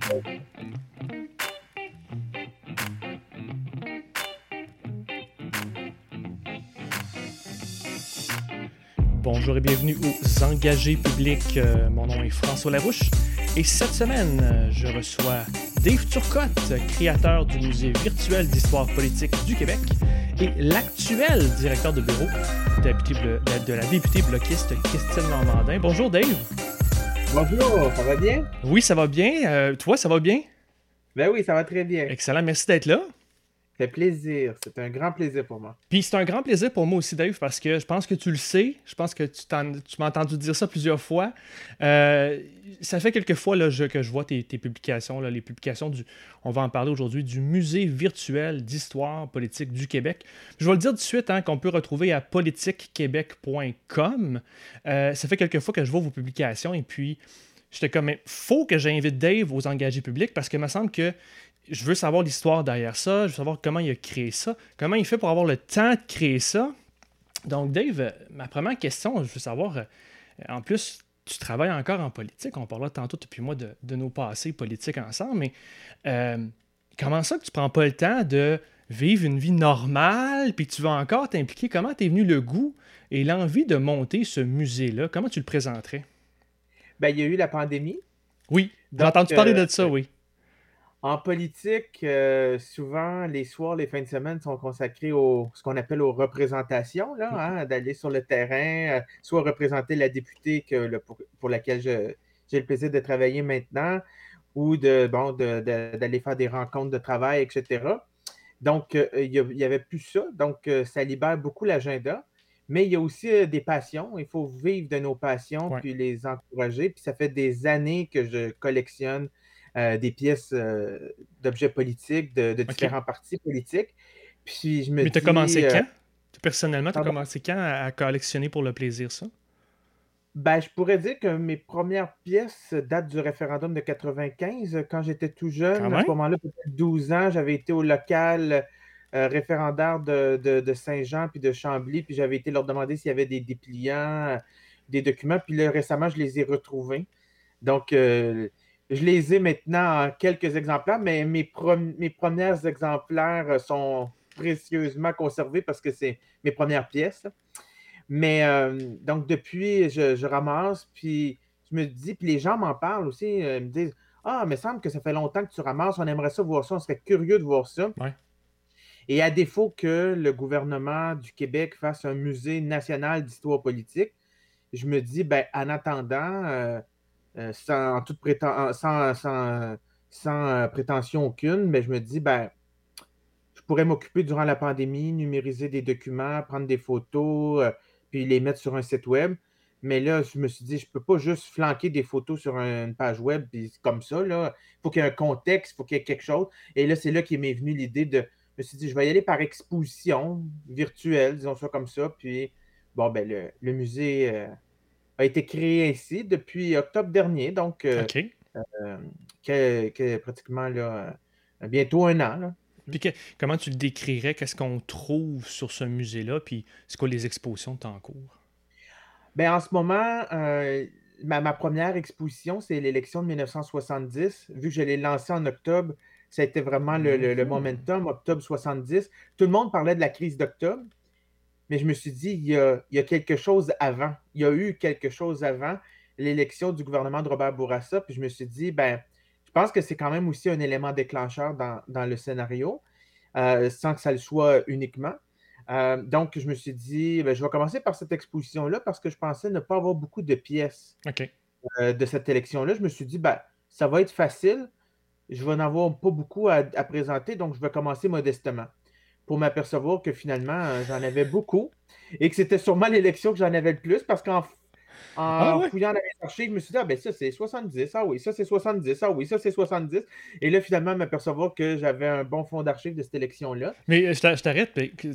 Bonjour et bienvenue aux Engagés publics. Mon nom est François Larouche et cette semaine, je reçois Dave Turcotte, créateur du Musée virtuel d'histoire politique du Québec et l'actuel directeur de bureau de la députée bloquiste Christine Normandin. Bonjour Dave. Bonjour, ça va bien? Oui, ça va bien. Toi, ça va bien? Ben oui, ça va très bien. Excellent, merci d'être là. Ça fait plaisir, c'est un grand plaisir pour moi. Puis c'est un grand plaisir pour moi aussi, Dave, parce que je pense que tu le sais, je pense que tu m'as entendu dire ça plusieurs fois. Ça fait quelques fois là, que je vois tes publications, là, les publications on va en parler aujourd'hui, du Musée virtuel d'histoire politique du Québec. Je vais le dire tout de suite, qu'on peut retrouver à politiquequebec.com. Ça fait quelques fois que je vois vos publications et puis j'étais comme, il faut que j'invite Dave aux engagés publics parce qu'il me semble que je veux savoir l'histoire derrière ça, je veux savoir comment il a créé ça, comment il fait pour avoir le temps de créer ça. Donc, Dave, ma première question, je veux savoir, en plus, tu travailles encore en politique, on parlait tantôt depuis moi de nos passés politiques ensemble, mais comment ça que tu prends pas le temps de vivre une vie normale, puis que tu vas encore t'impliquer? Comment t'es venu le goût et l'envie de monter ce musée-là? Comment tu le présenterais? Ben, il y a eu la pandémie. Oui, j'ai entendu parler de ça, oui. En politique, souvent, les soirs, les fins de semaine sont consacrés ce qu'on appelle aux représentations, là, d'aller sur le terrain, soit représenter la députée pour laquelle j'ai le plaisir de travailler maintenant, ou d'aller faire des rencontres de travail, etc. Donc, il y avait plus ça. Donc, ça libère beaucoup l'agenda. Mais il y a aussi des passions. Il faut vivre de nos passions, Ouais. puis les encourager. Puis ça fait des années que je collectionne des pièces d'objets politiques, de différents partis politiques. Puis je me Mais tu as dis... commencé quand? Personnellement, tu as pardon? commencé quand à collectionner pour le plaisir, ça? Ben, je pourrais dire que mes premières pièces datent du référendum de 95. Quand j'étais tout Quand jeune, à ce même? moment-là, peut-être 12 ans, j'avais été au local référendaire de Saint-Jean puis de Chambly, puis j'avais été leur demander s'il y avait des dépliants, des documents, puis là, récemment, je les ai retrouvés. Donc, je les ai maintenant en quelques exemplaires, mais mes premiers exemplaires sont précieusement conservés parce que c'est mes premières pièces. Mais donc, depuis, je ramasse, puis je me dis, puis les gens m'en parlent aussi, ils me disent, ah, mais il semble que ça fait longtemps que tu ramasses, on aimerait ça voir ça, on serait curieux de voir ça. Ouais. Et à défaut que le gouvernement du Québec fasse un musée national d'histoire politique, je me dis, ben, en attendant, sans prétention aucune, mais je me dis, ben, je pourrais m'occuper durant la pandémie, numériser des documents, prendre des photos, puis les mettre sur un site web. Mais là, je me suis dit, je ne peux pas juste flanquer des photos sur une page web, puis comme ça, là. Il faut qu'il y ait un contexte, il faut qu'il y ait quelque chose. Et là, c'est là qu'il m'est venu l'idée de. Je me suis dit, je vais y aller par exposition virtuelle, disons ça comme ça. Puis, bon, ben, le musée a été créé ainsi depuis octobre dernier, donc OK. pratiquement là, bientôt un an, là. Puis comment tu le décrirais? Qu'est-ce qu'on trouve sur ce musée-là? Puis c'est quoi les expositions de ton cours? Ben, en ce moment, ma première exposition, c'est l'élection de 1970. Vu que je l'ai lancée en octobre, ça a été vraiment le momentum, octobre 70. Tout le monde parlait de la crise d'octobre, mais je me suis dit, il y a quelque chose avant. Il y a eu quelque chose avant l'élection du gouvernement de Robert Bourassa. Puis je me suis dit, ben, je pense que c'est quand même aussi un élément déclencheur dans le scénario, sans que ça le soit uniquement. Donc, je me suis dit, ben, je vais commencer par cette exposition-là parce que je pensais ne pas avoir beaucoup de pièces OK. de cette élection-là. Je me suis dit, ben, ça va être facile. Je vais en avoir pas beaucoup à présenter, donc je vais commencer modestement pour m'apercevoir que finalement, j'en avais beaucoup et que c'était sûrement l'élection que j'en avais le plus parce qu'en Ah ouais? fouillant dans les archives, je me suis dit, ah ben ça c'est 70, ah oui, ça c'est 70, ah oui, ça c'est 70. Et là, finalement, m'apercevoir que j'avais un bon fond d'archives de cette élection-là. Mais je t'arrête.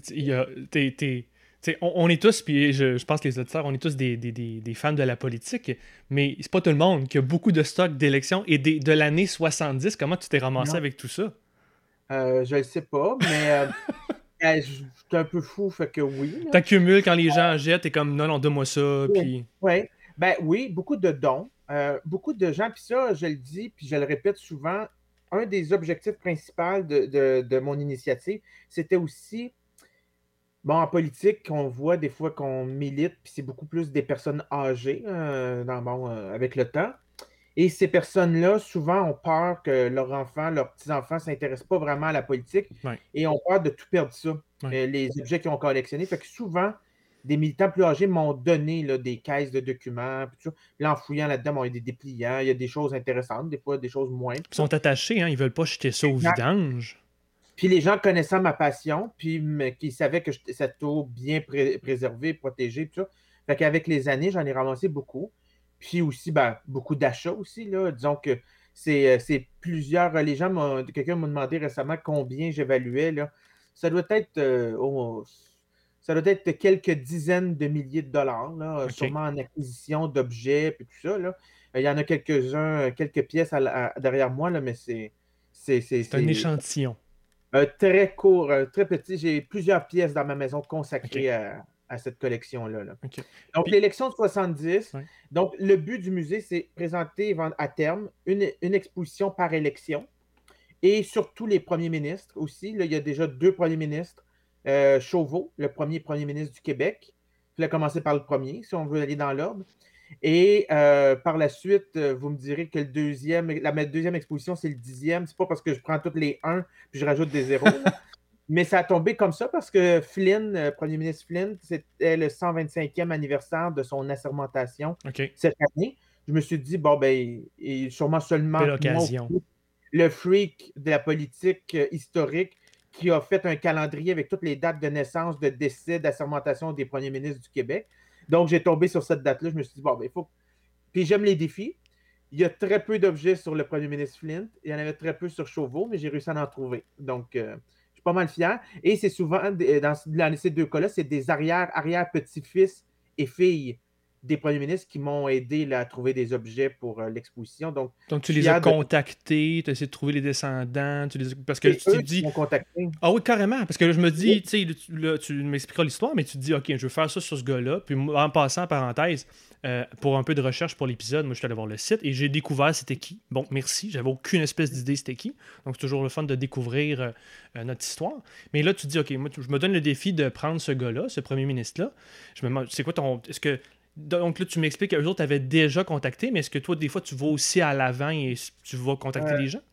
On est tous, puis je pense que les auditeurs, on est tous des fans de la politique, mais c'est pas tout le monde qui a beaucoup de stocks d'élections et de l'année 70. Comment tu t'es ramassé Non. avec tout ça? Je ne sais pas, mais je suis un peu fou, fait que oui, là. T'accumules quand les gens jettent, t'es comme non, non, donne-moi ça, Oui. puis. Ouais. Ben oui, beaucoup de dons. beaucoup de gens, puis ça, je le dis, puis je le répète souvent, un des objectifs principaux de mon initiative, c'était aussi, bon, en politique, on voit des fois qu'on milite, puis c'est beaucoup plus des personnes âgées avec le temps. Et ces personnes-là, souvent, ont peur que leurs enfants, leurs petits-enfants ne s'intéressent pas vraiment à la politique Ouais, et ont peur de tout perdre ça, ouais. les objets qu'ils ont collectionnés. Fait que souvent, des militants plus âgés m'ont donné là, des caisses de documents, puis tout ça. Puis là, en fouillant là-dedans, bon, il y a des dépliants, il y a des choses intéressantes, des fois des choses moins. Puis Ils ça. sont attachés, hein, ils veulent pas jeter ça au Exact. vidange. Puis les gens connaissant ma passion, puis qui savaient que cette eau bien préservée, protégée, tout ça. Fait qu'avec les années, j'en ai ramassé beaucoup. Puis aussi, ben, beaucoup d'achats aussi, là. Disons que c'est plusieurs. Quelqu'un m'a demandé récemment combien j'évaluais, là. Ça doit être ça doit être quelques dizaines de milliers de dollars, là, OK. sûrement en acquisition d'objets, puis tout ça, là. Il y en a quelques-uns, quelques pièces derrière moi, là, mais C'est un échantillon. très court, très petit. J'ai plusieurs pièces dans ma maison OK. consacrées à cette collection-là, là. OK. Donc, Puis, l'élection de 70, ouais. donc le but du musée, c'est présenter à terme une exposition par élection et surtout les premiers ministres aussi. Là, il y a déjà deux premiers ministres. Chauveau, le premier ministre du Québec. Je vais commencer par le premier, si on veut aller dans l'ordre. Et par la suite, vous me direz que ma deuxième exposition, c'est le 10e. C'est pas parce que je prends toutes les 1 puis je rajoute des zéros, là. Mais ça a tombé comme ça parce que Flynn, premier ministre Flynn, c'était le 125e anniversaire de son assermentation OK. cette année. Je me suis dit, bon, ben, et sûrement Belle seulement moi, occasion. le freak de la politique historique qui a fait un calendrier avec toutes les dates de naissance, de décès, d'assermentation des premiers ministres du Québec. Donc, j'ai tombé sur cette date-là. Je me suis dit, bon, ben, il faut. Puis j'aime les défis. Il y a très peu d'objets sur le premier ministre Flint. Il y en avait très peu sur Chauveau, mais j'ai réussi à en trouver. Donc, je suis pas mal fier. Et c'est souvent, dans ces deux cas-là, c'est des arrière-petits-fils et filles des premiers ministres qui m'ont aidé là, à trouver des objets pour l'exposition. Donc, Donc, je tu suis les as fier de. contactés, tu as essayé de trouver les descendants, parce que C'est tu t'es eux qui dit, m'ont contacté. ah oui, carrément, parce que là, je me Oui. dis, tu sais, là, tu m'expliqueras l'histoire, mais tu te dis, OK, je veux faire ça sur ce gars-là. Puis moi, en passant, parenthèse, pour un peu de recherche pour l'épisode, moi, je suis allé voir le site et j'ai découvert c'était qui. Bon, merci, j'avais aucune espèce d'idée c'était qui. Donc, c'est toujours le fun de découvrir notre histoire. Mais là, tu te dis, OK, moi, je me donne le défi de prendre ce gars-là, ce premier ministre-là. Je me demande, c'est quoi ton. Est-ce que. Donc là, tu m'expliques qu'eux autres t'avaient déjà contacté, mais est-ce que toi, des fois, tu vas aussi à l'avant et tu vas contacter Euh, les gens?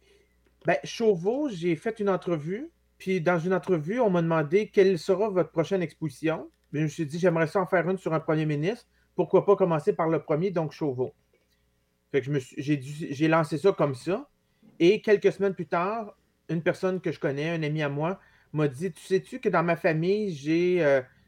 ben, Chauveau, j'ai fait une entrevue. Puis dans une entrevue, on m'a demandé quelle sera votre prochaine exposition. Mais je me suis dit, j'aimerais ça en faire une sur un premier ministre. Pourquoi pas commencer par le premier, donc Chauveau. Fait que j'ai lancé ça comme ça. Et quelques semaines plus tard, une personne que je connais, un ami à moi, m'a dit, tu sais-tu que dans ma famille, j'ai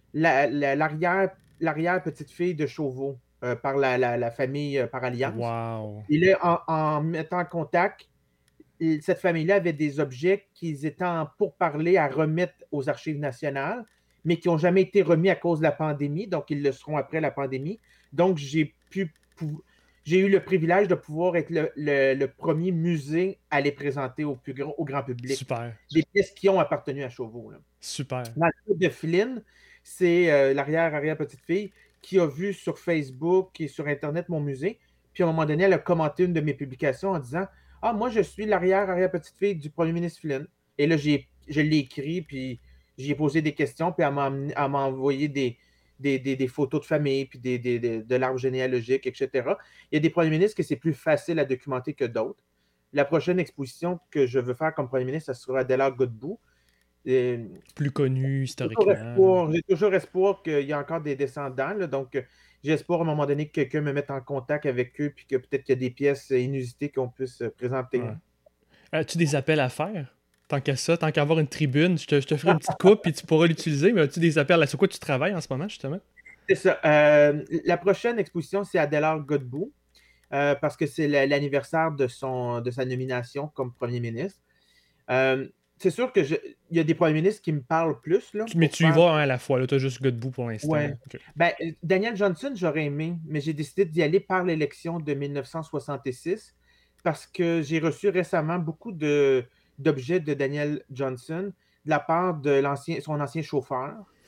l'arrière-petite-fille de Chauveau par la famille par alliance. Wow. Et là, en mettant en contact, cette famille-là avait des objets qu'ils étaient en pourparlers à remettre aux archives nationales, mais qui n'ont jamais été remis à cause de la pandémie, donc ils le seront après la pandémie. Donc, j'ai eu le privilège de pouvoir être le premier musée à les présenter au grand public. Super. Des pièces qui ont appartenu à Chauveau, là. Super. Dans le cas de Flynn, c'est l'arrière-petite-fille qui a vu sur Facebook et sur Internet mon musée. Puis à un moment donné, elle a commenté une de mes publications en disant, ah, moi, je suis l'arrière-petite-fille du premier ministre Flynn. Et là, je l'ai écrit, puis j'y ai posé des questions, puis elle m'a envoyé des photos de famille, puis de l'arbre généalogique, etc. Il y a des premiers ministres que c'est plus facile à documenter que d'autres. La prochaine exposition que je veux faire comme premier ministre, ça sera Adela Godbout. Euh, Plus connu historiquement, là. j'ai toujours espoir qu'il y a encore des descendants, là. Donc, j'espère à un moment donné que quelqu'un me mette en contact avec eux, puis que peut-être qu'il y a des pièces inusitées qu'on puisse présenter, Ouais. hein. As-tu des appels à faire? Tant qu'à ça, tant qu'à avoir une tribune, je te ferai une petite coupe puis tu pourras l'utiliser. Mais as-tu des appels là? Sur quoi tu travailles en ce moment, justement? C'est ça. La prochaine exposition, c'est Adélard Godbout, parce que c'est l'anniversaire de sa nomination comme premier ministre. Euh, c'est sûr qu'il y a des premiers ministres qui me parlent plus là, Mais pour tu y faire. vas un à la fois. Là, tu as juste Godbout pour l'instant. Ouais. Ok. Ben, Daniel Johnson, j'aurais aimé, mais j'ai décidé d'y aller par l'élection de 1966 parce que j'ai reçu récemment beaucoup d'objets de Daniel Johnson de la part de son ancien chauffeur.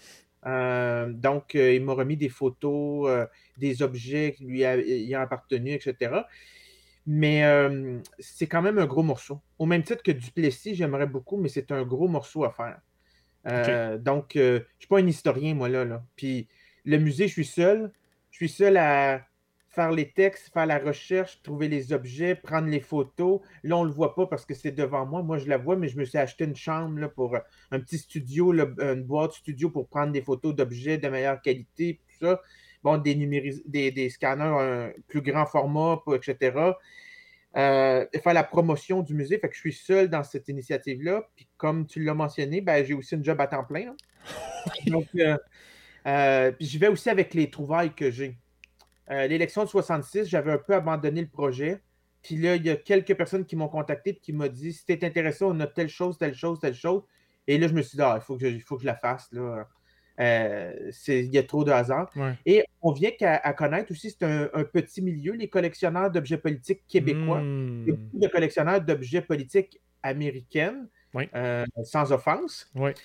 Donc, il m'a remis des photos, des objets qui lui ayant appartenu, etc. Mais c'est quand même un gros morceau. Au même titre que Duplessis, j'aimerais beaucoup, mais c'est un gros morceau à faire. OK. Donc, je suis pas un historien, moi, là. Puis, le musée, je suis seul. Je suis seul à faire les textes, faire la recherche, trouver les objets, prendre les photos. Là, on le voit pas parce que c'est devant moi. Moi, je la vois, mais je me suis acheté une chambre là, pour un petit studio, là, une boîte studio pour prendre des photos d'objets de meilleure qualité, tout ça. Bon, des scanners plus grand format, etc. Faire la promotion du musée. Fait que je suis seul dans cette initiative-là. Puis comme tu l'as mentionné, ben, j'ai aussi une job à temps plein, hein. Donc, puis je vais aussi avec les trouvailles que j'ai. L'élection de 66, j'avais un peu abandonné le projet. Puis là, il y a quelques personnes qui m'ont contacté et qui m'ont dit si tu es intéressé, on a telle chose, telle chose, telle chose. Et là, je me suis dit, ah, il faut que je la fasse. Là. Il y a trop de hasard. Ouais. Et on vient à connaître aussi, c'est un petit milieu, les collectionneurs d'objets politiques québécois. Il y a Hmm. beaucoup de collectionneurs d'objets politiques américaines, Oui. sans offense. Oui.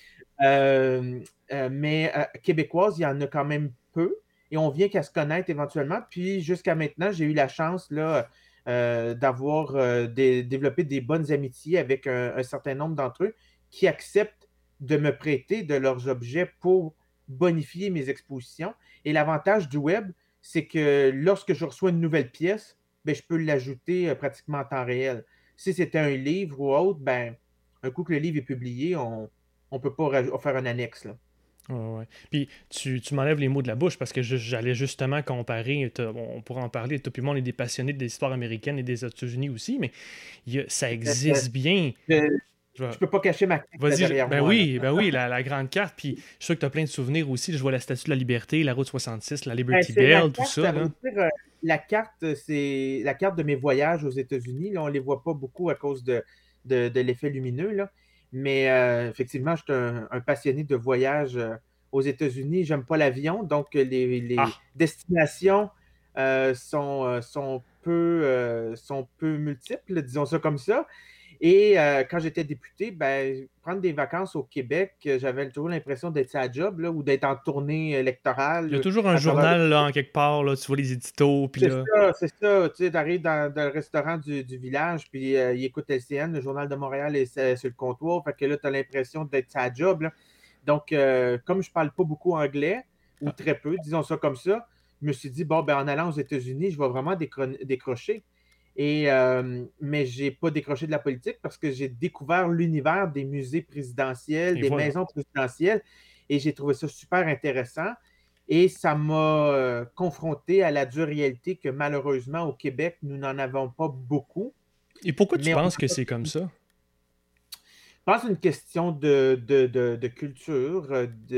Mais québécoises, il y en a quand même peu. Et on vient qu'à se connaître éventuellement. Puis jusqu'à maintenant, j'ai eu la chance là, d'avoir développé des bonnes amitiés avec un certain nombre d'entre eux qui acceptent de me prêter de leurs objets pour bonifier mes expositions. Et l'avantage du web, c'est que lorsque je reçois une nouvelle pièce, ben, je peux l'ajouter pratiquement en temps réel. Si c'était un livre ou autre, ben, un coup que le livre est publié, on ne peut pas faire un annexe. Là. Ouais, ouais. Puis tu m'enlèves les mots de la bouche parce que j'allais justement comparer, on pourra en parler, toi puis moi on est des passionnés de l'histoire américaine et des États-Unis aussi, mais ça Euh, existe bien. Je Je vais- ne peux pas cacher ma carte là, derrière moi. Là. Ben oui, la grande carte, puis je suis sûr que tu as plein de souvenirs aussi, je vois la Statue de la Liberté, la Route 66, la Ben, Liberty c'est la Bell, tout carte, ça, ça veut là. dire, la carte, c'est la carte de mes voyages aux États-Unis. Là, on ne les voit pas beaucoup à cause de l'effet lumineux. Là. Mais effectivement, je suis un passionné de voyage aux États-Unis. J'aime pas l'avion, donc les Ah, destinations sont peu multiples, disons ça comme ça. Et quand j'étais député, ben, prendre des vacances au Québec, j'avais toujours l'impression d'être à la job là, ou d'être en tournée électorale il y a toujours un à travers le journal, là, en quelque part, là, tu vois les éditos, puis c'est là... ça, c'est ça. Tu sais, t'arrives dans le restaurant du village, puis il écoute LCN, le Journal de Montréal est sur le comptoir. Fait que là, tu as l'impression d'être sa job. Là. Donc, comme je parle pas beaucoup anglais, ou Ah, très peu, disons ça comme ça, je me suis dit, bon, ben, en allant aux États-Unis, je vais vraiment décrocher. Mais je n'ai pas décroché de la politique parce que j'ai découvert l'univers des musées présidentiels, et des voilà. maisons présidentielles, et j'ai trouvé ça super intéressant. Et ça m'a confronté à la dure réalité que malheureusement, au Québec, nous n'en avons pas beaucoup. Et pourquoi tu Mais on penses que a c'est comme ça? je pense que c'est une question de culture,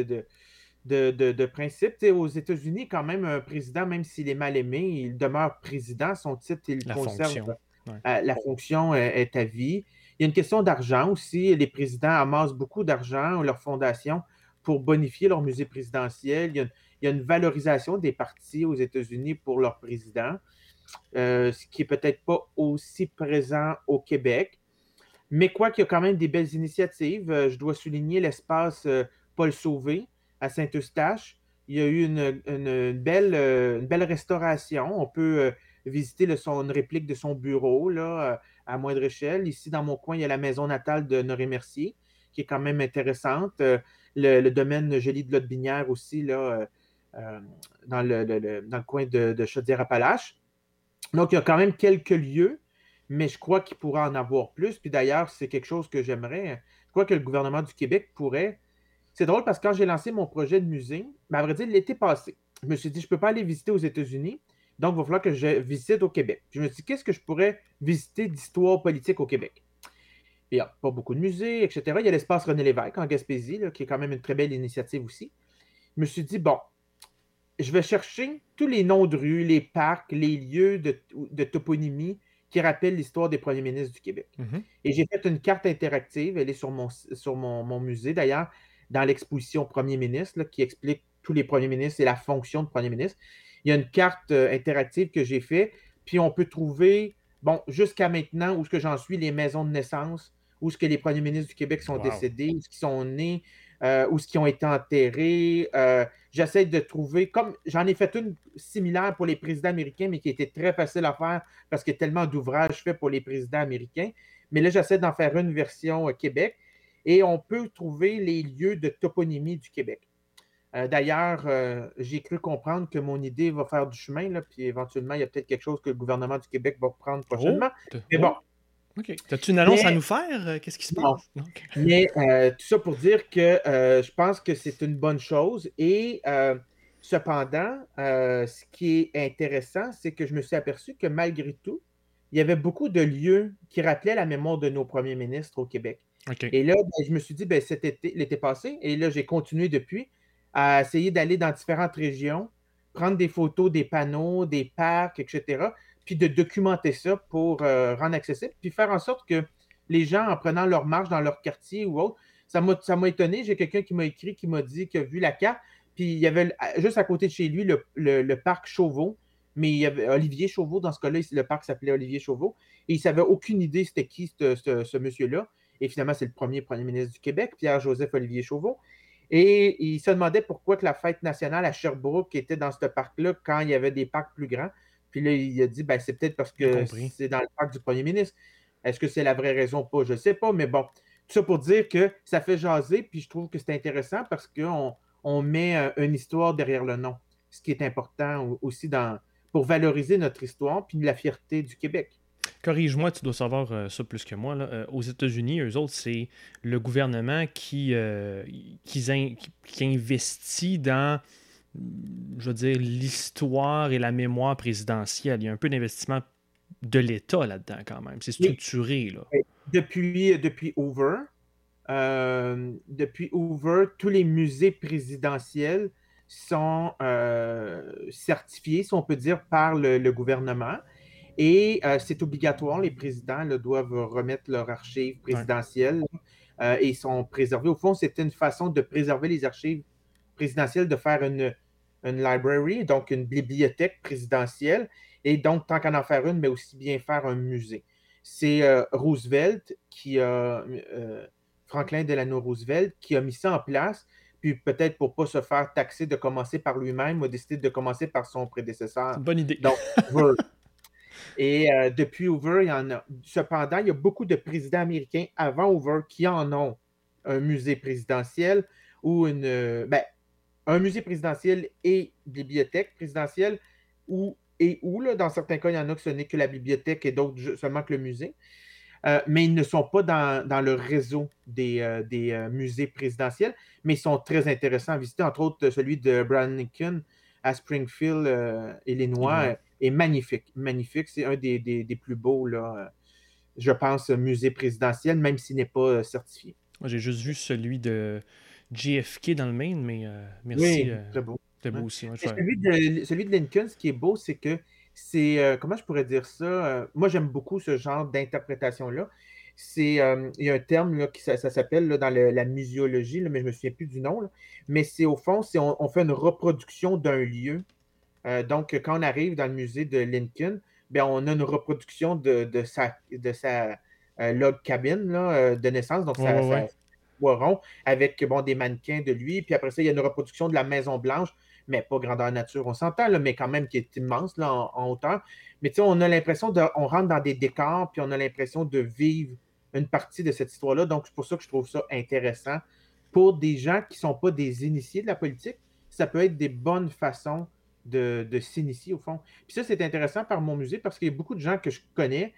de principe. Tu sais, aux États-Unis, quand même, un président, même s'il est mal aimé, il demeure président. Son titre, il La conserve. fonction. Ouais. La fonction est à vie. Il y a une question d'argent aussi. Les présidents amassent beaucoup d'argent, leur fondation, pour bonifier leur musée présidentiel. Il y a une valorisation des partis aux États-Unis pour leur président, ce qui est peut-être pas aussi présent au Québec. Mais quoi qu'il y a quand même des belles initiatives, je dois souligner l'espace Paul Sauvé à Saint-Eustache. Il y a eu une belle restauration. On peut visiter une réplique de son bureau là, à moindre échelle. Ici, dans mon coin, il y a la maison natale de Honoré Mercier, qui est quand même intéressante. Le domaine Gélie de Lotbinière aussi, là, dans dans le coin de Chaudière-Appalaches. Donc, il y a quand même quelques lieux, mais je crois qu'il pourra en avoir plus. Puis d'ailleurs, c'est quelque chose que j'aimerais. Je crois que le gouvernement du Québec pourrait. C'est drôle parce que quand j'ai lancé mon projet de musée, mais à vrai dire, l'été passé, je me suis dit, je ne peux pas aller visiter aux États-Unis, donc il va falloir que je visite au Québec. Puis je me suis dit, qu'est-ce que je pourrais visiter d'histoire politique au Québec? Il n'y a pas beaucoup de musées, etc. Il y a l'espace René Lévesque en Gaspésie, là, qui est quand même une très belle initiative aussi. Je me suis dit, bon, je vais chercher tous les noms de rues, les parcs, les lieux de toponymie qui rappellent l'histoire des premiers ministres du Québec. Mhm. Et j'ai fait une carte interactive, elle est sur mon musée d'ailleurs, dans l'exposition Premier ministre, là, qui explique tous les premiers ministres et la fonction de premier ministre. Il y a une carte interactive que j'ai faite, puis on peut trouver, bon, jusqu'à maintenant, où est-ce que j'en suis, les maisons de naissance, où est-ce que les premiers ministres du Québec sont Wow. décédés, où est-ce qu'ils sont nés, où ce qui ont été enterrés. J'essaie de trouver, comme j'en ai fait une similaire pour les présidents américains, mais qui était très facile à faire parce qu'il y a tellement d'ouvrages faits pour les présidents américains. Mais là, j'essaie d'en faire une version Québec et on peut trouver les lieux de toponymie du Québec. D'ailleurs, j'ai cru comprendre que mon idée va faire du chemin, là, puis éventuellement, il y a peut-être quelque chose que le gouvernement du Québec va reprendre prochainement. Mais bon, OK. As-tu une annonce à mais nous faire? Qu'est-ce qui se non. passe? Non, OK. Mais tout ça pour dire que je pense que c'est une bonne chose. Et cependant, ce qui est intéressant, c'est que je me suis aperçu que malgré tout, il y avait beaucoup de lieux qui rappelaient la mémoire de nos premiers ministres au Québec. OK. Et là, ben, je me suis dit, ben, cet été, l'été passé, et là, j'ai continué depuis à essayer d'aller dans différentes régions, prendre des photos des panneaux, des parcs, etc., puis de documenter ça pour rendre accessible, puis faire en sorte que les gens, en prenant leur marche dans leur quartier ou autre, ça m'a étonné. J'ai quelqu'un qui m'a écrit, qui m'a dit qu'il a vu la carte, puis il y avait juste à côté de chez lui le parc Chauveau, mais il y avait Olivier Chauveau, dans ce cas-là, le parc s'appelait Olivier Chauveau, et il ne savait aucune idée c'était qui ce monsieur-là. Et finalement, c'est le premier ministre du Québec, Pierre-Joseph Olivier Chauveau. Et il se demandait pourquoi que la fête nationale à Sherbrooke était dans ce parc-là quand il y avait des parcs plus grands. Puis là, il a dit, ben, c'est peut-être parce Bien que compris. c'est dans le parc du premier ministre. Est-ce que c'est la vraie raison ou pas? Je ne sais pas, mais bon. Tout ça pour dire que ça fait jaser, puis je trouve que c'est intéressant parce qu'on met une histoire derrière le nom, ce qui est important aussi pour valoriser notre histoire puis la fierté du Québec. Corrige-moi, tu dois savoir ça plus que moi, là. Aux États-Unis, eux autres, c'est le gouvernement qui investit dans, je veux dire, l'histoire et la mémoire présidentielle. Il y a un peu d'investissement de l'État là-dedans quand même. C'est Oui, structuré, là. oui. Depuis Hoover, tous les musées présidentiels sont certifiés, si on peut dire, par le gouvernement. Et c'est obligatoire, les présidents là, doivent remettre leur archive Ouais. présidentielle et sont préservés. Au fond, c'est une façon de préserver les archives présidentielles, de faire une library, donc une bibliothèque présidentielle, et donc, tant qu'à en faire une, mais aussi bien faire un musée. C'est Roosevelt Franklin Delano Roosevelt, qui a mis ça en place, puis peut-être pour ne pas se faire taxer de commencer par lui-même, a décidé de commencer par son C'est prédécesseur. une bonne idée. Donc, et depuis Hoover, il y en a. Cependant, il y a beaucoup de présidents américains avant Hoover qui en ont un musée présidentiel ou un musée présidentiel et bibliothèque présidentielle ou, dans certains cas, il y en a que ce n'est que la bibliothèque et d'autres seulement que le musée. Mais ils ne sont pas dans le réseau des musées présidentiels, mais ils sont très intéressants à visiter, entre autres celui de Abraham Lincoln à Springfield, Illinois, Illinois. est magnifique. Magnifique, c'est un des plus beaux, là, je pense, musée présidentiel, même s'il n'est pas certifié. Moi, j'ai juste vu celui de JFK dans le Maine, mais merci. Oui, très beau. C'était Ouais. beau aussi. Ouais, Mais celui de Lincoln, ce qui est beau, c'est que comment je pourrais dire ça? Moi, j'aime beaucoup ce genre d'interprétation-là. Il y a un terme là, ça s'appelle là, dans la muséologie, là, mais je ne me souviens plus du nom. Là. Mais c'est au fond, on fait une reproduction d'un lieu. Donc, quand on arrive dans le musée de Lincoln, bien, on a une reproduction de sa log cabin là, de naissance, donc ouais, ouais, ouais. rond, avec bon, des mannequins de lui. Puis après ça, il y a une reproduction de la Maison Blanche, mais pas grandeur nature, on s'entend, là, mais quand même qui est immense là, en hauteur. Mais tu sais, on a l'impression on rentre dans des décors, puis on a l'impression de vivre une partie de cette histoire-là. Donc, c'est pour ça que je trouve ça intéressant. Pour des gens qui ne sont pas des initiés de la politique, ça peut être des bonnes façons de s'initier au fond. Puis ça, c'est intéressant par mon musée parce qu'il y a beaucoup de gens que je connais,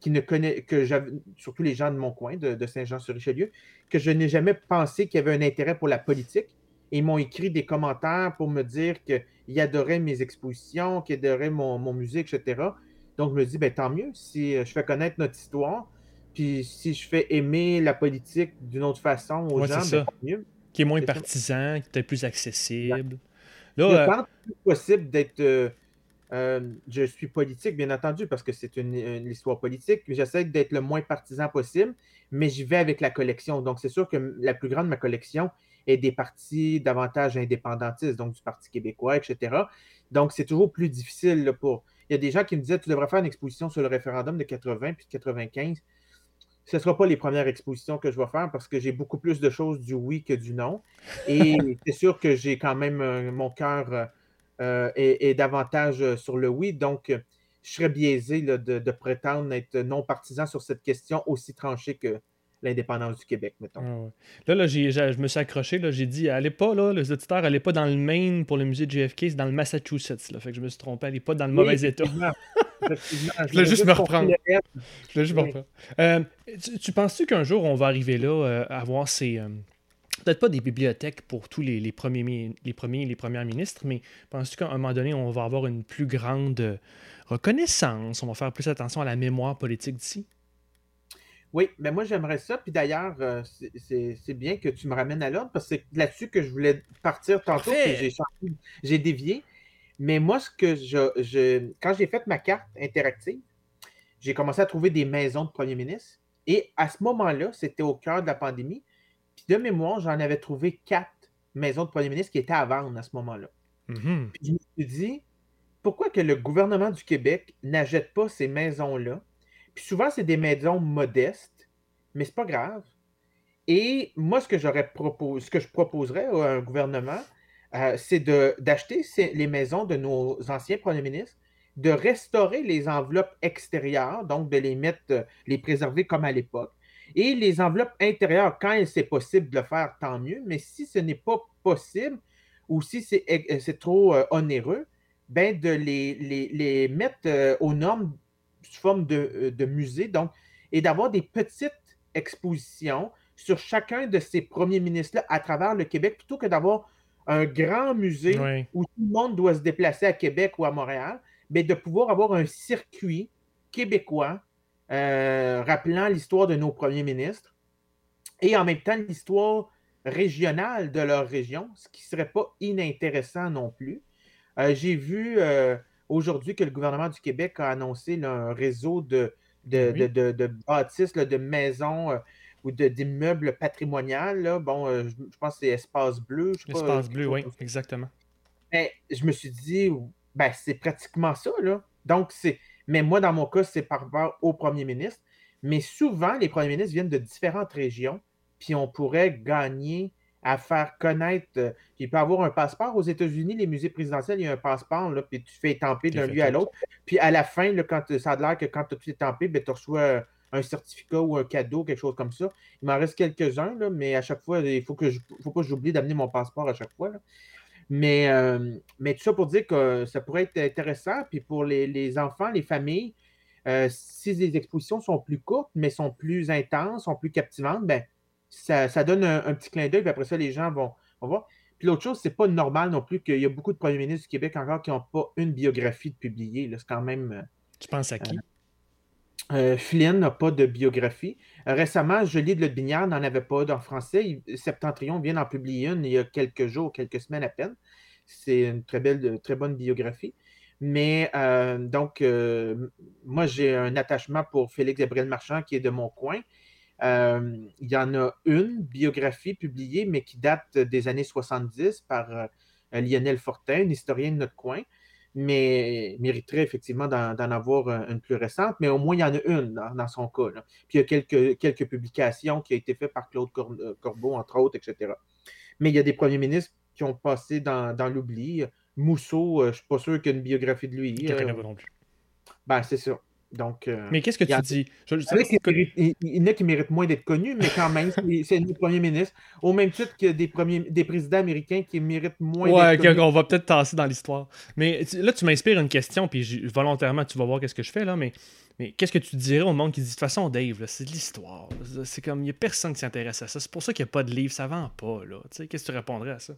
surtout les gens de mon coin, de Saint-Jean-sur-Richelieu, que je n'ai jamais pensé qu'il y avait un intérêt pour la politique. Et ils m'ont écrit des commentaires pour me dire qu'ils adoraient mes expositions, qu'ils adoraient mon musée, etc. Donc, je me dis, ben, tant mieux si je fais connaître notre histoire, puis si je fais aimer la politique d'une autre façon aux Ouais, c'est gens, ben, ça. tant mieux. Qui est moins C'est ça. partisan, qui est peut-être plus accessible. Je Là, tente le plus possible d'être. Je suis politique, bien entendu, parce que c'est une histoire politique. J'essaie d'être le moins partisan possible, mais j'y vais avec la collection. Donc, c'est sûr que la plus grande de ma collection est des partis davantage indépendantistes, donc du Parti québécois, etc. Donc, c'est toujours plus difficile là, Il y a des gens qui me disaient tu devrais faire une exposition sur le référendum de 80 puis de 95. ce ne sera pas les premières expositions que je vais faire parce que j'ai beaucoup plus de choses du oui que du non. Et c'est sûr que j'ai quand même mon cœur est davantage sur le oui. Donc, je serais biaisé là, de prétendre être non partisan sur cette question aussi tranchée que l'indépendance du Québec, Ah mettons. ouais. Je me suis accroché, là, j'ai dit, allez pas, là, les auditeurs, allez pas dans le Maine pour le musée de JFK, c'est dans le Massachusetts, là. Fait que je me suis trompé, allez pas dans le Oui, mauvais état. effectivement. Effectivement, Je voulais j'aurais juste me juste compris reprendre. le R. Je voulais juste me Oui. reprendre. Euh, tu penses-tu qu'un jour, on va arriver là, à avoir ces... peut-être pas des bibliothèques pour tous les premiers, les premières ministres, mais penses-tu qu'à un moment donné, on va avoir une plus grande reconnaissance, on va faire plus attention à la mémoire politique d'ici? Oui, mais moi j'aimerais ça. Puis d'ailleurs, c'est bien que tu me ramènes à l'ordre parce que c'est là-dessus que je voulais partir tantôt, puis Parfait! j'ai dévié. Mais moi, quand j'ai fait ma carte interactive, j'ai commencé à trouver des maisons de premiers ministres. Et à ce moment-là, c'était au cœur de la pandémie. Puis de mémoire, j'en avais trouvé 4 maisons de premiers ministres qui étaient à vendre à ce moment-là. Mhm. Puis je me suis dit, pourquoi que le gouvernement du Québec n'achète pas ces maisons-là? Puis souvent, c'est des maisons modestes, mais c'est pas grave. Et moi, ce que je proposerais à un gouvernement, c'est d'acheter les maisons de nos anciens premiers ministres, de restaurer les enveloppes extérieures, donc de les préserver comme à l'époque. Et les enveloppes intérieures, quand c'est possible de le faire, tant mieux. Mais si ce n'est pas possible ou si c'est trop onéreux, ben les mettre aux normes sous forme de musée, donc, et d'avoir des petites expositions sur chacun de ces premiers ministres-là à travers le Québec, plutôt que d'avoir un grand musée Oui. où tout le monde doit se déplacer à Québec ou à Montréal, mais de pouvoir avoir un circuit québécois rappelant l'histoire de nos premiers ministres et en même temps l'histoire régionale de leur région, ce qui ne serait pas inintéressant non plus. J'ai vu aujourd'hui que le gouvernement du Québec a annoncé là, un réseau Ben oui. de bâtisses, là, de maisons ou d'immeubles patrimoniaux. Là. Bon, je pense que c'est Espace Bleu, je sais pas, L'espace quelque bleu, chose oui, comme ça. exactement. Mais je me suis dit, ben, c'est pratiquement ça, là. Donc, mais moi, dans mon cas, c'est par rapport au premier ministre. Mais souvent, les premiers ministres viennent de différentes régions, puis on pourrait gagner à faire connaître. Il peut avoir un passeport. Aux États-Unis, les musées présidentiels, il y a un passeport, là, puis tu fais étamper Qui a d'un fait lieu à tout. l'autre. Puis à la fin, là, ça a l'air que quand tu as tout étampé, ben, tu reçois un certificat ou un cadeau, quelque chose comme ça. Il m'en reste quelques-uns, là, mais à chaque fois, il faut pas que j'oublie d'amener mon passeport à chaque fois. Là. Mais tout ça pour dire que ça pourrait être intéressant. Puis pour les enfants, les familles, si les expositions sont plus courtes, mais sont plus intenses, sont plus captivantes, ben, ça donne un petit clin d'œil. Puis après ça, les gens vont voir. Puis l'autre chose, c'est pas normal non plus qu'il y a beaucoup de premiers ministres du Québec encore qui n'ont pas une biographie de publiée. Là. C'est quand même. Tu penses à qui? Flynn n'a pas de biographie. Récemment, Joly de Lotbinière n'en avait pas en français. Septentrion vient d'en publier une il y a quelques jours, quelques semaines à peine. C'est une très belle, très bonne biographie. Mais donc, moi, j'ai un attachement pour Félix Gabriel Marchand qui est de mon coin. Il y en a une biographie publiée, mais qui date des années 70 par Lionel Fortin, un historien de notre coin, mais mériterait effectivement d'en avoir une plus récente, mais au moins il y en a une dans son cas. Là. Puis il y a quelques publications qui ont été faites par Claude Corbeau, entre autres, etc. Mais il y a des premiers ministres qui ont passé dans l'oubli. Mousseau, je ne suis pas sûr qu'il y ait une biographie de lui. Je le connais pas non plus. Ben, c'est ça. Donc, Mais qu'est-ce que il y tu en dis? Je il y sais en pas a si qui tu connais. il y en a qui méritent moins d'être connus, mais quand même, c'est le premier ministre. Au même titre que des présidents américains qui méritent moins d'être Ouais, ok, connus. on va peut-être tasser dans l'histoire. Mais là, tu m'inspires une question, puis volontairement, tu vas voir qu'est-ce que je fais là, mais qu'est-ce que tu dirais au monde qui dit de toute façon, Dave, là, c'est de l'histoire. C'est comme, il n'y a personne qui s'intéresse à ça. C'est pour ça qu'il n'y a pas de livre, ça vend pas, là. Tu sais, qu'est-ce que tu répondrais à ça?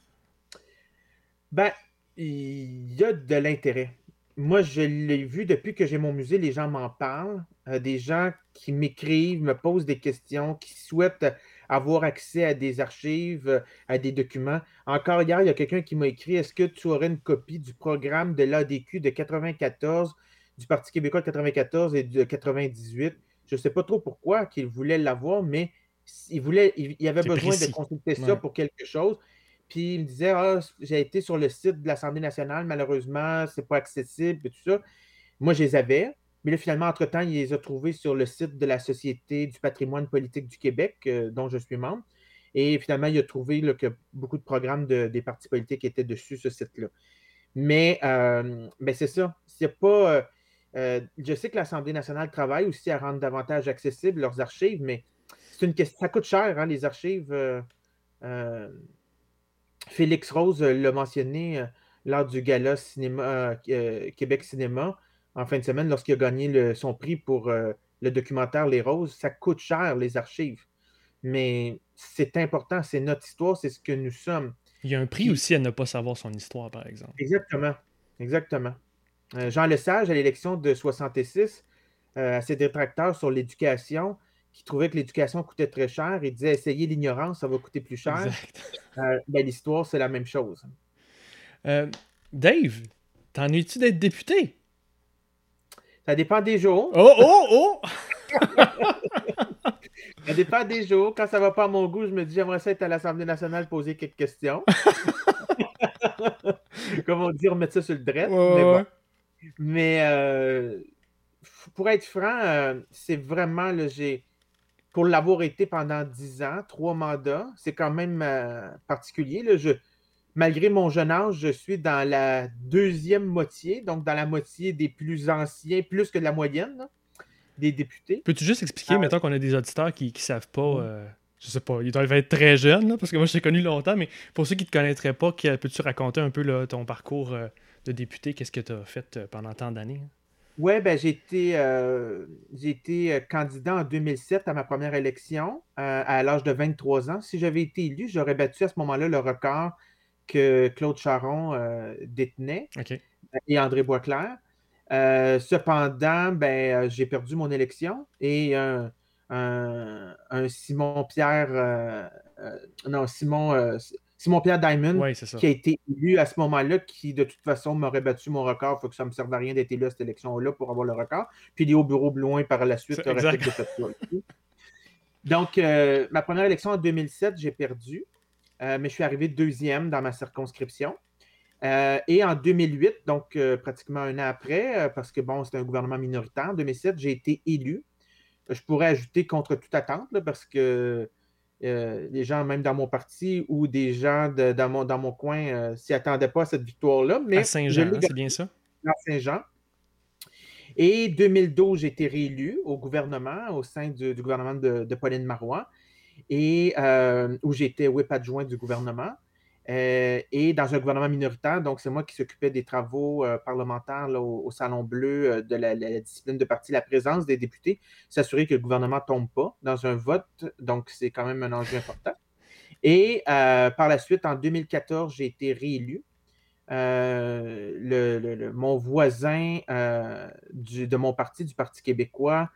Ben, il y a de l'intérêt. Moi, je l'ai vu depuis que j'ai mon musée, les gens m'en parlent. Des gens qui m'écrivent, me posent des questions, qui souhaitent avoir accès à des archives, à des documents. Encore hier, il y a quelqu'un qui m'a écrit, est-ce que tu aurais une copie du programme de l'ADQ de 94, du Parti québécois de 94 et de 98? Je ne sais pas trop pourquoi qu'il voulait l'avoir, mais il avait C'est besoin de précis. consulter ça Ouais. pour quelque chose. Puis il me disait, ah, j'ai été sur le site de l'Assemblée nationale, malheureusement, c'est pas accessible et tout ça. Moi, je les avais, Mais là, finalement, entre-temps, il les a trouvés sur le site de la Société du patrimoine politique du Québec, dont je suis membre. Et finalement, il a trouvé là, que beaucoup de programmes des partis politiques étaient dessus, ce site-là. Mais ben, c'est ça. C'est pas, je sais que l'Assemblée nationale travaille aussi à rendre davantage accessibles leurs archives, mais c'est une question, ça coûte cher, hein, les archives. Euh, Félix Rose l'a mentionné lors du gala cinéma, Québec Cinéma en fin de semaine, lorsqu'il a gagné son prix pour le documentaire Les Roses. Ça coûte cher, les archives. Mais c'est important, c'est notre histoire, c'est ce que nous sommes. Il y a un prix Puis, aussi à ne pas savoir son histoire, par exemple. exactement. Exactement. Jean Lesage, à l'élection de 66, à ses détracteurs sur l'éducation, qui trouvaient que l'éducation coûtait très cher, il disait essayez l'ignorance, ça va coûter plus cher. Exact. Ben, l'histoire, c'est la même chose. Dave, t'en es-tu d'être député? Ça dépend des jours. Oh, oh, oh! Ça dépend des jours. Quand ça va pas à mon goût, je me dis j'aimerais ça être à l'Assemblée nationale poser quelques questions. Comme on dit, remettre ça sur le Ouais, drette. Mais ouais, bon. ouais. Mais pour être franc, c'est vraiment, là, pour l'avoir été pendant 10 ans, 3 mandats, c'est quand même particulier. Là, malgré mon jeune âge, je suis dans la deuxième moitié, donc dans la moitié des plus anciens, plus que de la moyenne, là, des députés. Peux-tu juste expliquer, mettons qu'on a des auditeurs qui savent pas, Oui. je sais pas, ils doivent être très jeunes, là, parce que moi je t'ai connu longtemps, mais pour ceux qui te connaîtraient pas, peux-tu raconter un peu là, ton parcours de député, qu'est-ce que tu as fait pendant tant d'années? Ouais, ben, j'ai été candidat en 2007 à ma première élection à l'âge de 23 ans. Si j'avais été élu, j'aurais battu à ce moment-là le record que Claude Charron détenait OK. et André Boisclair. Cependant, ben, j'ai perdu mon élection et un Simon-Pierre, non, Simon-Pierre Diamond, Ouais, c'est ça. qui a été élu à ce moment-là, qui de toute façon m'aurait battu mon record. Il faut que ça ne me serve à rien d'être élu à cette élection-là pour avoir le record. Puis Léo Bureau-Blouin, par la suite, aurait fait Exact. de cette loi. Donc, ma première élection en 2007, j'ai perdu, mais je suis arrivé deuxième dans ma circonscription. Et en 2008, donc pratiquement un an après, parce que bon, c'était un gouvernement minoritaire, en 2007, j'ai été élu. Je pourrais ajouter contre toute attente, là, parce que les gens, même dans mon parti ou des gens dans mon coin, s'y attendaient pas à cette victoire-là, À mais je Saint-Jean, l'ai hein, c'est gagné bien ça? à Saint-Jean. Et 2012, j'ai été réélu au gouvernement, au sein du gouvernement de Pauline Marois, et où j'étais whip adjoint du gouvernement. Et dans un gouvernement minoritaire, donc c'est moi qui s'occupais des travaux parlementaires là, au Salon Bleu de la discipline de parti, la présence des députés, s'assurer que le gouvernement ne tombe pas dans un vote. Donc, c'est quand même un enjeu important. Et par la suite, en 2014, j'ai été réélu. Mon voisin de mon parti, du Parti québécois,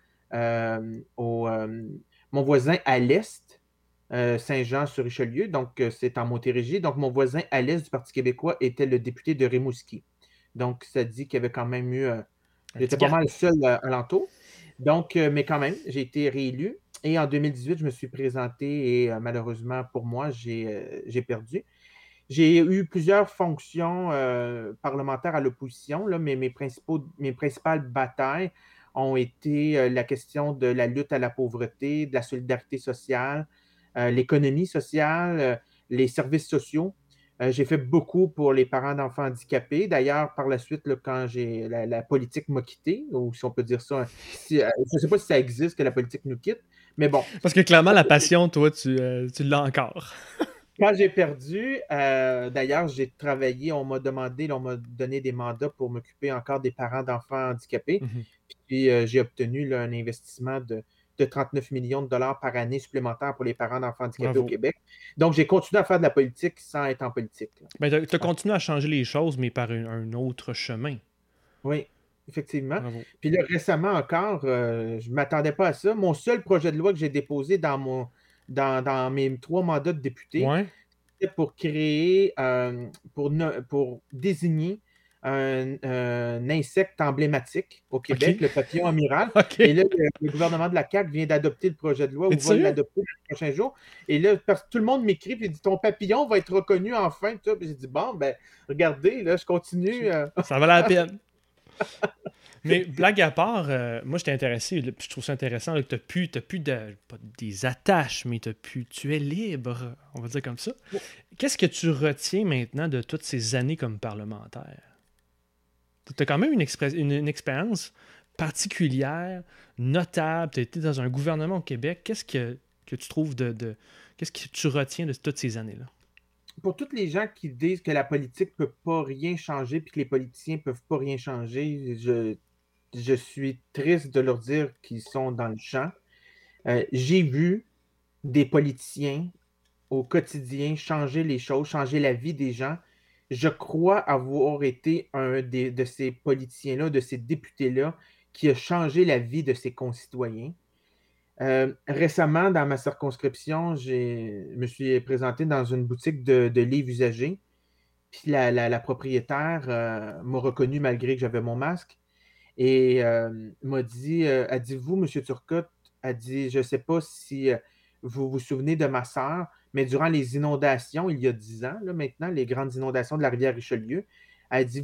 mon voisin à l'Est, Saint-Jean-sur-Richelieu, donc c'est en Montérégie. Donc, mon voisin à l'Est du Parti québécois était le député de Rimouski. Donc, ça dit qu'il y avait quand même eu. J'étais pas mal seul alentour. Donc, mais quand même, j'ai été réélu. Et en 2018, je me suis présenté et malheureusement pour moi, j'ai perdu. J'ai eu plusieurs fonctions parlementaires à l'opposition, là, mais mes principales batailles ont été la question de la lutte à la pauvreté, de la solidarité sociale, l'économie sociale, les services sociaux. J'ai fait beaucoup pour les parents d'enfants handicapés. D'ailleurs, par la suite, là, quand la politique m'a quitté, ou si on peut dire ça, je ne sais pas si ça existe que la politique nous quitte, mais bon. Parce que clairement, la passion, toi, tu l'as encore. Quand j'ai perdu, d'ailleurs, j'ai travaillé, on m'a donné des mandats pour m'occuper encore des parents d'enfants handicapés. Mhm. Puis j'ai obtenu là, un investissement de 39 millions de dollars par année supplémentaire pour les parents d'enfants handicapés Bravo. au Québec. Donc, j'ai continué à faire de la politique sans être en politique. Ben, tu as continué à changer les choses, mais par un autre chemin. Oui, effectivement. Bravo. Puis là, récemment encore, je ne m'attendais pas à ça. Mon seul projet de loi que j'ai déposé dans mes 3 mandats de député, Ouais. c'était pour créer, pour désigner un insecte emblématique au Québec, OK. le papillon amiral. OK. Et là, le gouvernement de la CAQ vient d'adopter le projet de loi ou Es-tu va sérieux? l'adopter dans les prochains jours. Et là, parce que tout le monde m'écrit et dit ton papillon va être reconnu enfin. Tout. Puis j'ai dit bon, ben regardez, là, je continue. Ça valait la peine. Mais blague à part, moi j'étais intéressé, là, puis je trouve ça intéressant là, que t'as plus pas des attaches, mais tu es libre, on va dire comme ça. Qu'est-ce que tu retiens maintenant de toutes ces années comme parlementaire? Tu as quand même une expérience particulière, notable, tu as été dans un gouvernement au Québec. Que tu trouves qu'est-ce que tu retiens de toutes ces années-là? Pour tous les gens qui disent que la politique peut pas rien changer puis que les politiciens peuvent pas rien changer, je suis triste de leur dire qu'ils sont dans le champ. J'ai vu des politiciens au quotidien changer les choses, changer la vie des gens. Je crois avoir été de ces politiciens-là, de ces députés-là, qui a changé la vie de ses concitoyens. Récemment, dans ma circonscription, je me suis présenté dans une boutique de livres usagés. Puis la propriétaire m'a reconnu malgré que j'avais mon masque et m'a dit, elle dit, vous, Monsieur Turcotte, elle dit, je ne sais pas si vous vous souvenez de ma sœur, mais durant les inondations, il y a 10 ans, là, maintenant, les grandes inondations de la rivière Richelieu, elle dit,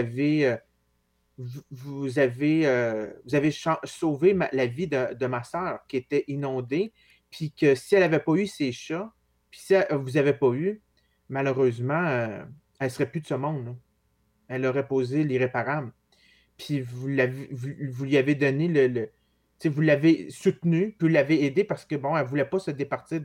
vous avez sauvé la vie de ma sœur qui était inondée, puis que si elle n'avait pas eu ses chats, puis si vous n'avez pas eu, malheureusement, elle ne serait plus de ce monde, là. Elle aurait posé l'irréparable. Puis vous lui avez donné tu sais, vous l'avez soutenu, puis vous l'avez aidé parce que, bon, elle ne voulait pas se départir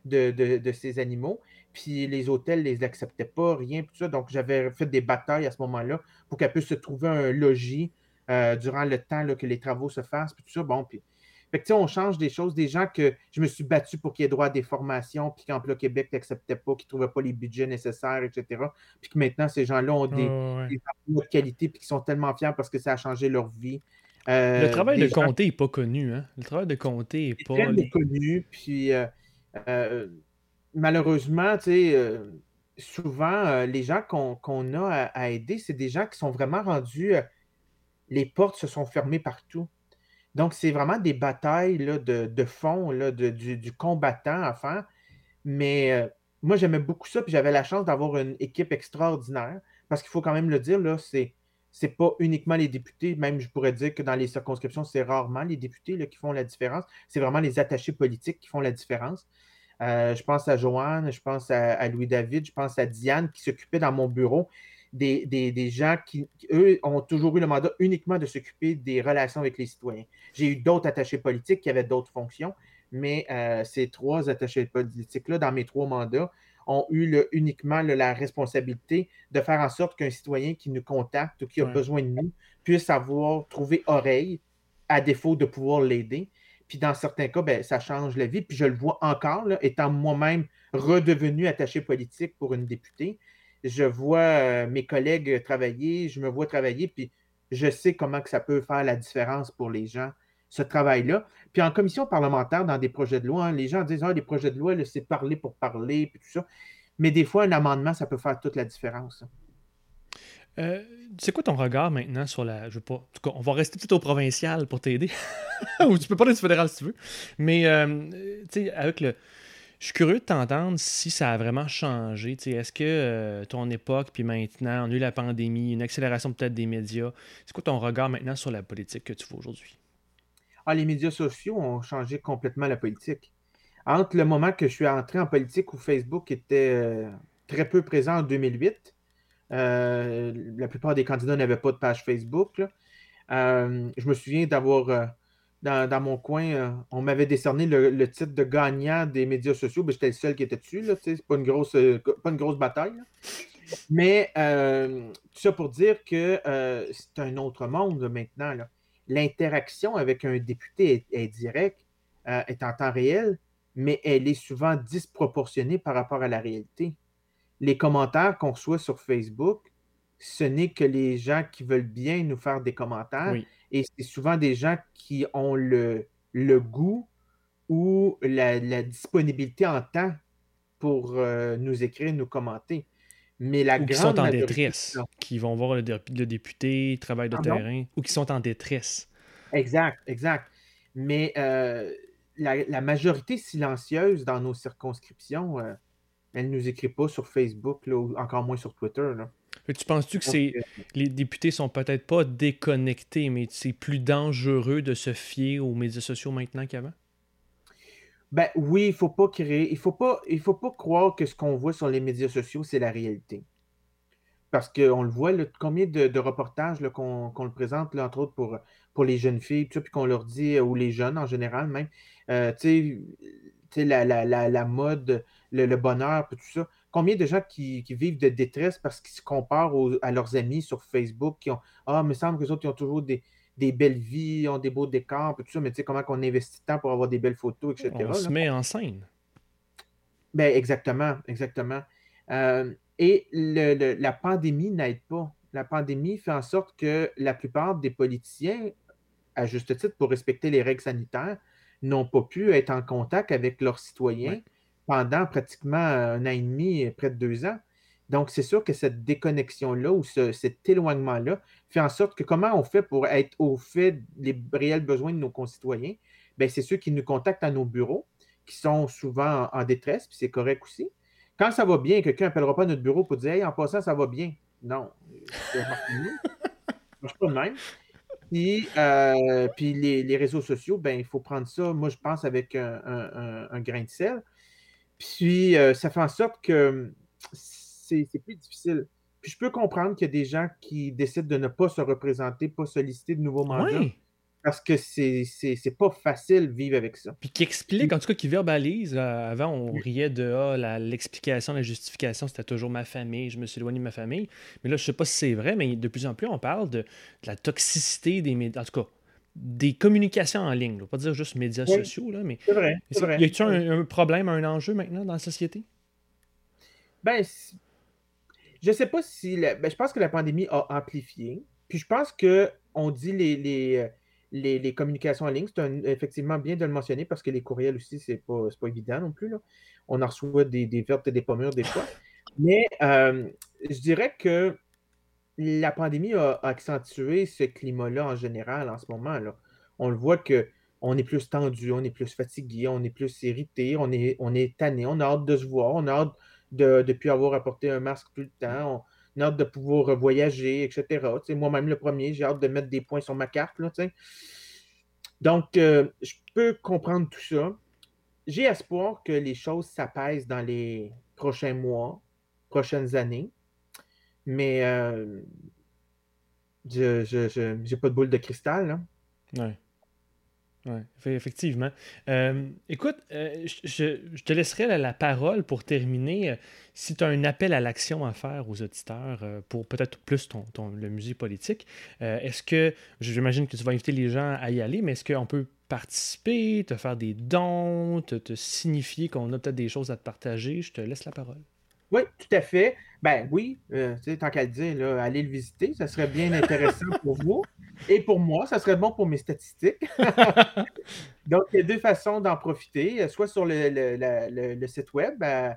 de ses animaux. Puis les hôtels ne les acceptaient pas, rien, tout ça. Donc, j'avais fait des batailles à ce moment-là pour qu'elle puisse se trouver un logis durant le temps là, que les travaux se fassent, puis tout ça. Bon, puis. Fait que, tu sais, on change des choses, des gens que je me suis battu pour qu'il y ait droit à des formations, puis qu'Emploi Québec n'acceptait pas, qu'ils ne trouvaient pas les budgets nécessaires, etc. Puis que maintenant, ces gens-là ont Ouais. des emplois de qualité, puis qui sont tellement fiers parce que ça a changé leur vie. Le travail de Des gens comté n'est pas connu, hein? Le travail de comté est qui sont très pas. méconnus, puis euh, malheureusement, tu sais, souvent, les gens qu'on a à aider, c'est des gens qui sont vraiment rendus, les portes se sont fermées partout. Donc, c'est vraiment des batailles là, de fond, là, du combattant à faire. Mais moi, j'aimais beaucoup ça, puis j'avais la chance d'avoir une équipe extraordinaire, parce qu'il faut quand même le dire, là, c'est pas uniquement les députés, même je pourrais dire que dans les circonscriptions, c'est rarement les députés là, qui font la différence, c'est vraiment les attachés politiques qui font la différence. Je pense à Joanne, je pense à Louis-David, je pense à Diane qui s'occupait dans mon bureau des gens qui, eux, ont toujours eu le mandat uniquement de s'occuper des relations avec les citoyens. J'ai eu d'autres attachés politiques qui avaient d'autres fonctions, mais ces trois attachés politiques-là, dans mes trois mandats, ont eu uniquement la responsabilité de faire en sorte qu'un citoyen qui nous contacte ou qui a Ouais. besoin de nous puisse avoir trouvé oreille à défaut de pouvoir l'aider. Puis dans certains cas, ben, ça change la vie. Puis je le vois encore, là, étant moi-même redevenu attaché politique pour une députée. Je vois mes collègues travailler, je me vois travailler, puis je sais comment que ça peut faire la différence pour les gens, ce travail-là. Puis en commission parlementaire, dans des projets de loi, hein, les gens disent, ah, les projets de loi, là, c'est parler pour parler, puis tout ça. Mais des fois, un amendement, ça peut faire toute la différence. Euh, c'est quoi ton regard maintenant sur la. Je veux pas. En tout cas, on va rester peut-être au provincial pour t'aider. Ou tu peux pas être fédéral si tu veux. Mais, tu sais, avec le. Je suis curieux de t'entendre si ça a vraiment changé. Tu sais, est-ce que ton époque, puis maintenant, on a eu la pandémie, une accélération peut-être des médias. C'est quoi ton regard maintenant sur la politique que tu vois aujourd'hui? Ah, les médias sociaux ont changé complètement la politique. Entre le moment que je suis entré en politique où Facebook était très peu présent en 2008, la plupart des candidats n'avaient pas de page Facebook, là. Je me souviens d'avoir, dans mon coin, on m'avait décerné le titre de gagnant des médias sociaux. Ben, j'étais le seul qui était dessus, là, tu sais, c'est pas une grosse bataille, là. Mais tout ça pour dire que c'est un autre monde là, maintenant, là. L'interaction avec un député est directe, est en temps réel, mais elle est souvent disproportionnée par rapport à la réalité. Les commentaires qu'on reçoit sur Facebook, ce n'est que les gens qui veulent bien nous faire des commentaires Oui. et c'est souvent des gens qui ont le goût ou la disponibilité en temps pour nous écrire, nous commenter. Mais la Ou qui sont grande en majorité, détresse, non. qui vont voir le député, travail de Pardon? terrain, ou qui sont en détresse. Exact, exact. Mais la majorité silencieuse dans nos circonscriptions, elle ne nous écrit pas sur Facebook, là, ou encore moins sur Twitter, là. Fait que tu penses-tu que Donc, les députés sont peut-être pas déconnectés, mais c'est plus dangereux de se fier aux médias sociaux maintenant qu'avant? ben oui, il faut pas croire que ce qu'on voit sur les médias sociaux, c'est la réalité. Parce qu'on le voit, là, combien de reportages là, qu'on le présente, là, entre autres pour les jeunes filles, tout ça, puis qu'on leur dit, ou les jeunes en général même, tu sais, la mode, le bonheur, puis tout ça. Combien de gens qui vivent de détresse parce qu'ils se comparent à leurs amis sur Facebook, qui ont Ah, il me semble que les autres, ils ont toujours des belles vies, ils ont des beaux décors, puis tout ça, mais tu sais, comment qu'on investit de temps pour avoir des belles photos, On etc. se là. met en scène. Ben, exactement, exactement. Et la pandémie n'aide pas. La pandémie fait en sorte que la plupart des politiciens, à juste titre pour respecter les règles sanitaires, n'ont pas pu être en contact avec leurs Ouais. citoyens pendant pratiquement 1 an et demi, près de 2 ans. Donc, c'est sûr que cette déconnexion-là ou cet éloignement-là fait en sorte que comment on fait pour être au fait des réels besoins de nos concitoyens? Bien, c'est ceux qui nous contactent à nos bureaux, qui sont souvent en détresse, puis c'est correct aussi. Quand ça va bien, quelqu'un n'appellera pas notre bureau pour dire Hey, en passant, ça va bien. Non, c'est remarquable. Ça marche pas de même. Puis les réseaux sociaux, ben, il faut prendre ça, moi, je pense, avec un grain de sel. Puis ça fait en sorte que c'est plus difficile. Puis je peux comprendre qu'il y a des gens qui décident de ne pas se représenter, pas solliciter de nouveaux mandats, Ouais! parce que c'est pas facile de vivre avec ça. Puis qui explique, Puis, en tout cas, qui verbalise. Avant, on riait de l'explication, la justification, c'était toujours ma famille, je me suis éloigné de ma famille. Mais là, je sais pas si c'est vrai, mais de plus en plus, on parle de la toxicité des médias, en tout cas, des communications en ligne. Je ne pas dire juste médias oui, sociaux, là, mais c'est vrai, c'est y vrai. a-t-il un problème, un enjeu maintenant dans la société? Ben, je sais pas si ben, je pense que la pandémie a amplifié. Puis je pense que on dit les communications en ligne, effectivement bien de le mentionner parce que les courriels aussi, c'est pas évident non plus, là. On en reçoit des vertes et des pommures des fois. Mais je dirais que la pandémie a accentué ce climat-là en général en ce moment, là. On le voit que on est plus tendu, on est plus fatigué, on est plus irrité, on est tanné, on a hâte de se voir, on a hâte de ne plus avoir à porter un masque tout le temps, on a hâte de pouvoir voyager, etc. Tu sais, moi-même, le premier, j'ai hâte de mettre des points sur ma carte, là, tu sais. Donc, je peux comprendre tout ça. J'ai espoir que les choses s'apaisent dans les prochains mois, prochaines années, mais j'ai pas de boule de cristal, là. Ouais. Ouais, effectivement. Écoute, je te laisserai la parole pour terminer. Si tu as un appel à l'action à faire aux auditeurs pour peut-être plus le musée politique, est-ce que, j'imagine que tu vas inviter les gens à y aller, mais est-ce qu'on peut participer, te faire des dons, te signifier qu'on a peut-être des choses à te partager? Je te laisse la parole. Oui, tout à fait. Ben oui, tu sais, tant qu'à le dire, là, allez le visiter, ça serait bien intéressant pour vous et pour moi, ça serait bon pour mes statistiques. Donc, il y a 2 façons d'en profiter, soit sur le site web à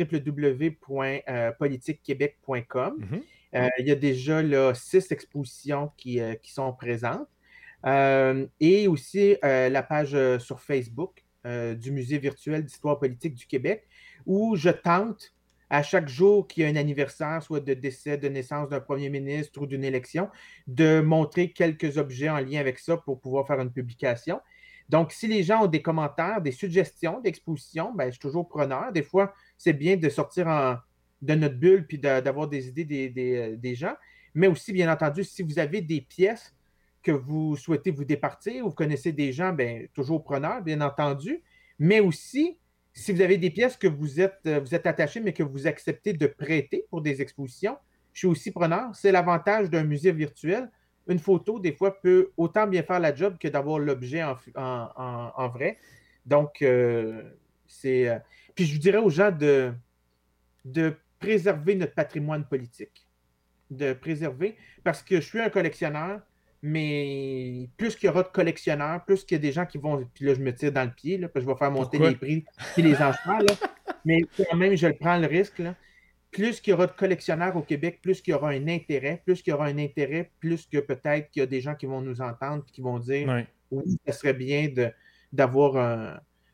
www.politiquequebec.com. Mhm. Il y a déjà là 6 expositions qui sont présentes. Et aussi la page sur Facebook du Musée virtuel d'histoire politique du Québec, où je tente à chaque jour qu'il y a un anniversaire, soit de décès, de naissance d'un premier ministre ou d'une élection, de montrer quelques objets en lien avec ça pour pouvoir faire une publication. Donc, si les gens ont des commentaires, des suggestions d'exposition, ben, je suis toujours preneur. Des fois, c'est bien de sortir de notre bulle puis d'avoir des idées des gens. Mais aussi, bien entendu, si vous avez des pièces que vous souhaitez vous départir ou vous connaissez des gens, bien, toujours preneur, bien entendu. Mais aussi, si vous avez des pièces que vous êtes attachés, mais que vous acceptez de prêter pour des expositions, je suis aussi preneur. C'est l'avantage d'un musée virtuel. Une photo, des fois, peut autant bien faire la job que d'avoir l'objet en vrai. Donc, c'est. Puis je vous dirais aux gens de préserver notre patrimoine politique. De préserver, parce que je suis un collectionneur, mais plus qu'il y aura de collectionneurs, plus qu'il y a des gens qui vont. Puis là, je me tire dans le pied, là, parce que je vais faire monter Pourquoi? les prix et les enchères, là. Mais quand même, je le prends le risque, là. Plus qu'il y aura de collectionneurs au Québec, plus qu'il y aura un intérêt, plus qu'il y aura un intérêt, plus que peut-être qu'il y a des gens qui vont nous entendre et qui vont dire Ouais. oui, ça serait bien d'avoir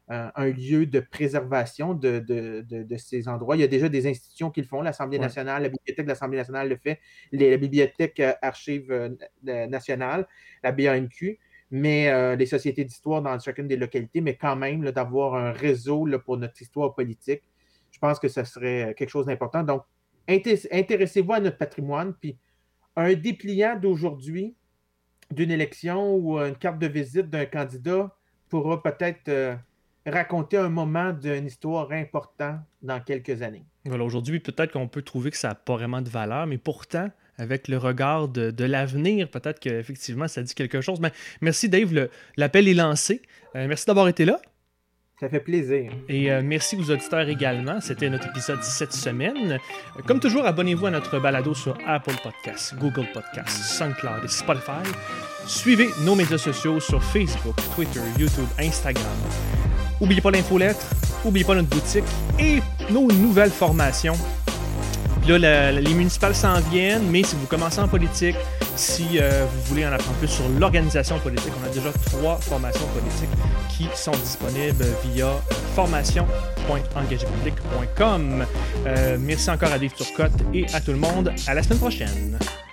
un lieu de préservation de ces endroits. Il y a déjà des institutions qui le font, l'Assemblée nationale, la Bibliothèque de l'Assemblée nationale le fait, la Bibliothèque Archives nationale, la BANQ, mais les sociétés d'histoire dans chacune des localités, mais quand même, là, d'avoir un réseau là, pour notre histoire politique, je pense que ce serait quelque chose d'important. Donc, intéressez-vous à notre patrimoine, puis un dépliant d'aujourd'hui d'une élection ou une carte de visite d'un candidat pourra peut-être raconter un moment d'une histoire importante dans quelques années. Voilà, aujourd'hui, peut-être qu'on peut trouver que ça n'a pas vraiment de valeur, mais pourtant, avec le regard de l'avenir, peut-être qu'effectivement, ça dit quelque chose. Mais merci, Dave. L'appel est lancé. Merci d'avoir été là. Ça fait plaisir. Et merci aux auditeurs également. C'était notre épisode cette semaine. Comme toujours, abonnez-vous à notre balado sur Apple Podcasts, Google Podcasts, SoundCloud et Spotify. Suivez nos médias sociaux sur Facebook, Twitter, YouTube, Instagram. N'oubliez pas l'infolettre, n'oubliez pas notre boutique et nos nouvelles formations. Puis là, les municipales s'en viennent, mais si vous commencez en politique, si vous voulez en apprendre plus sur l'organisation politique, on a déjà 3 formations politiques qui sont disponibles via formation.engagépublic.com. Merci encore à Dave Turcotte et à tout le monde. À la semaine prochaine.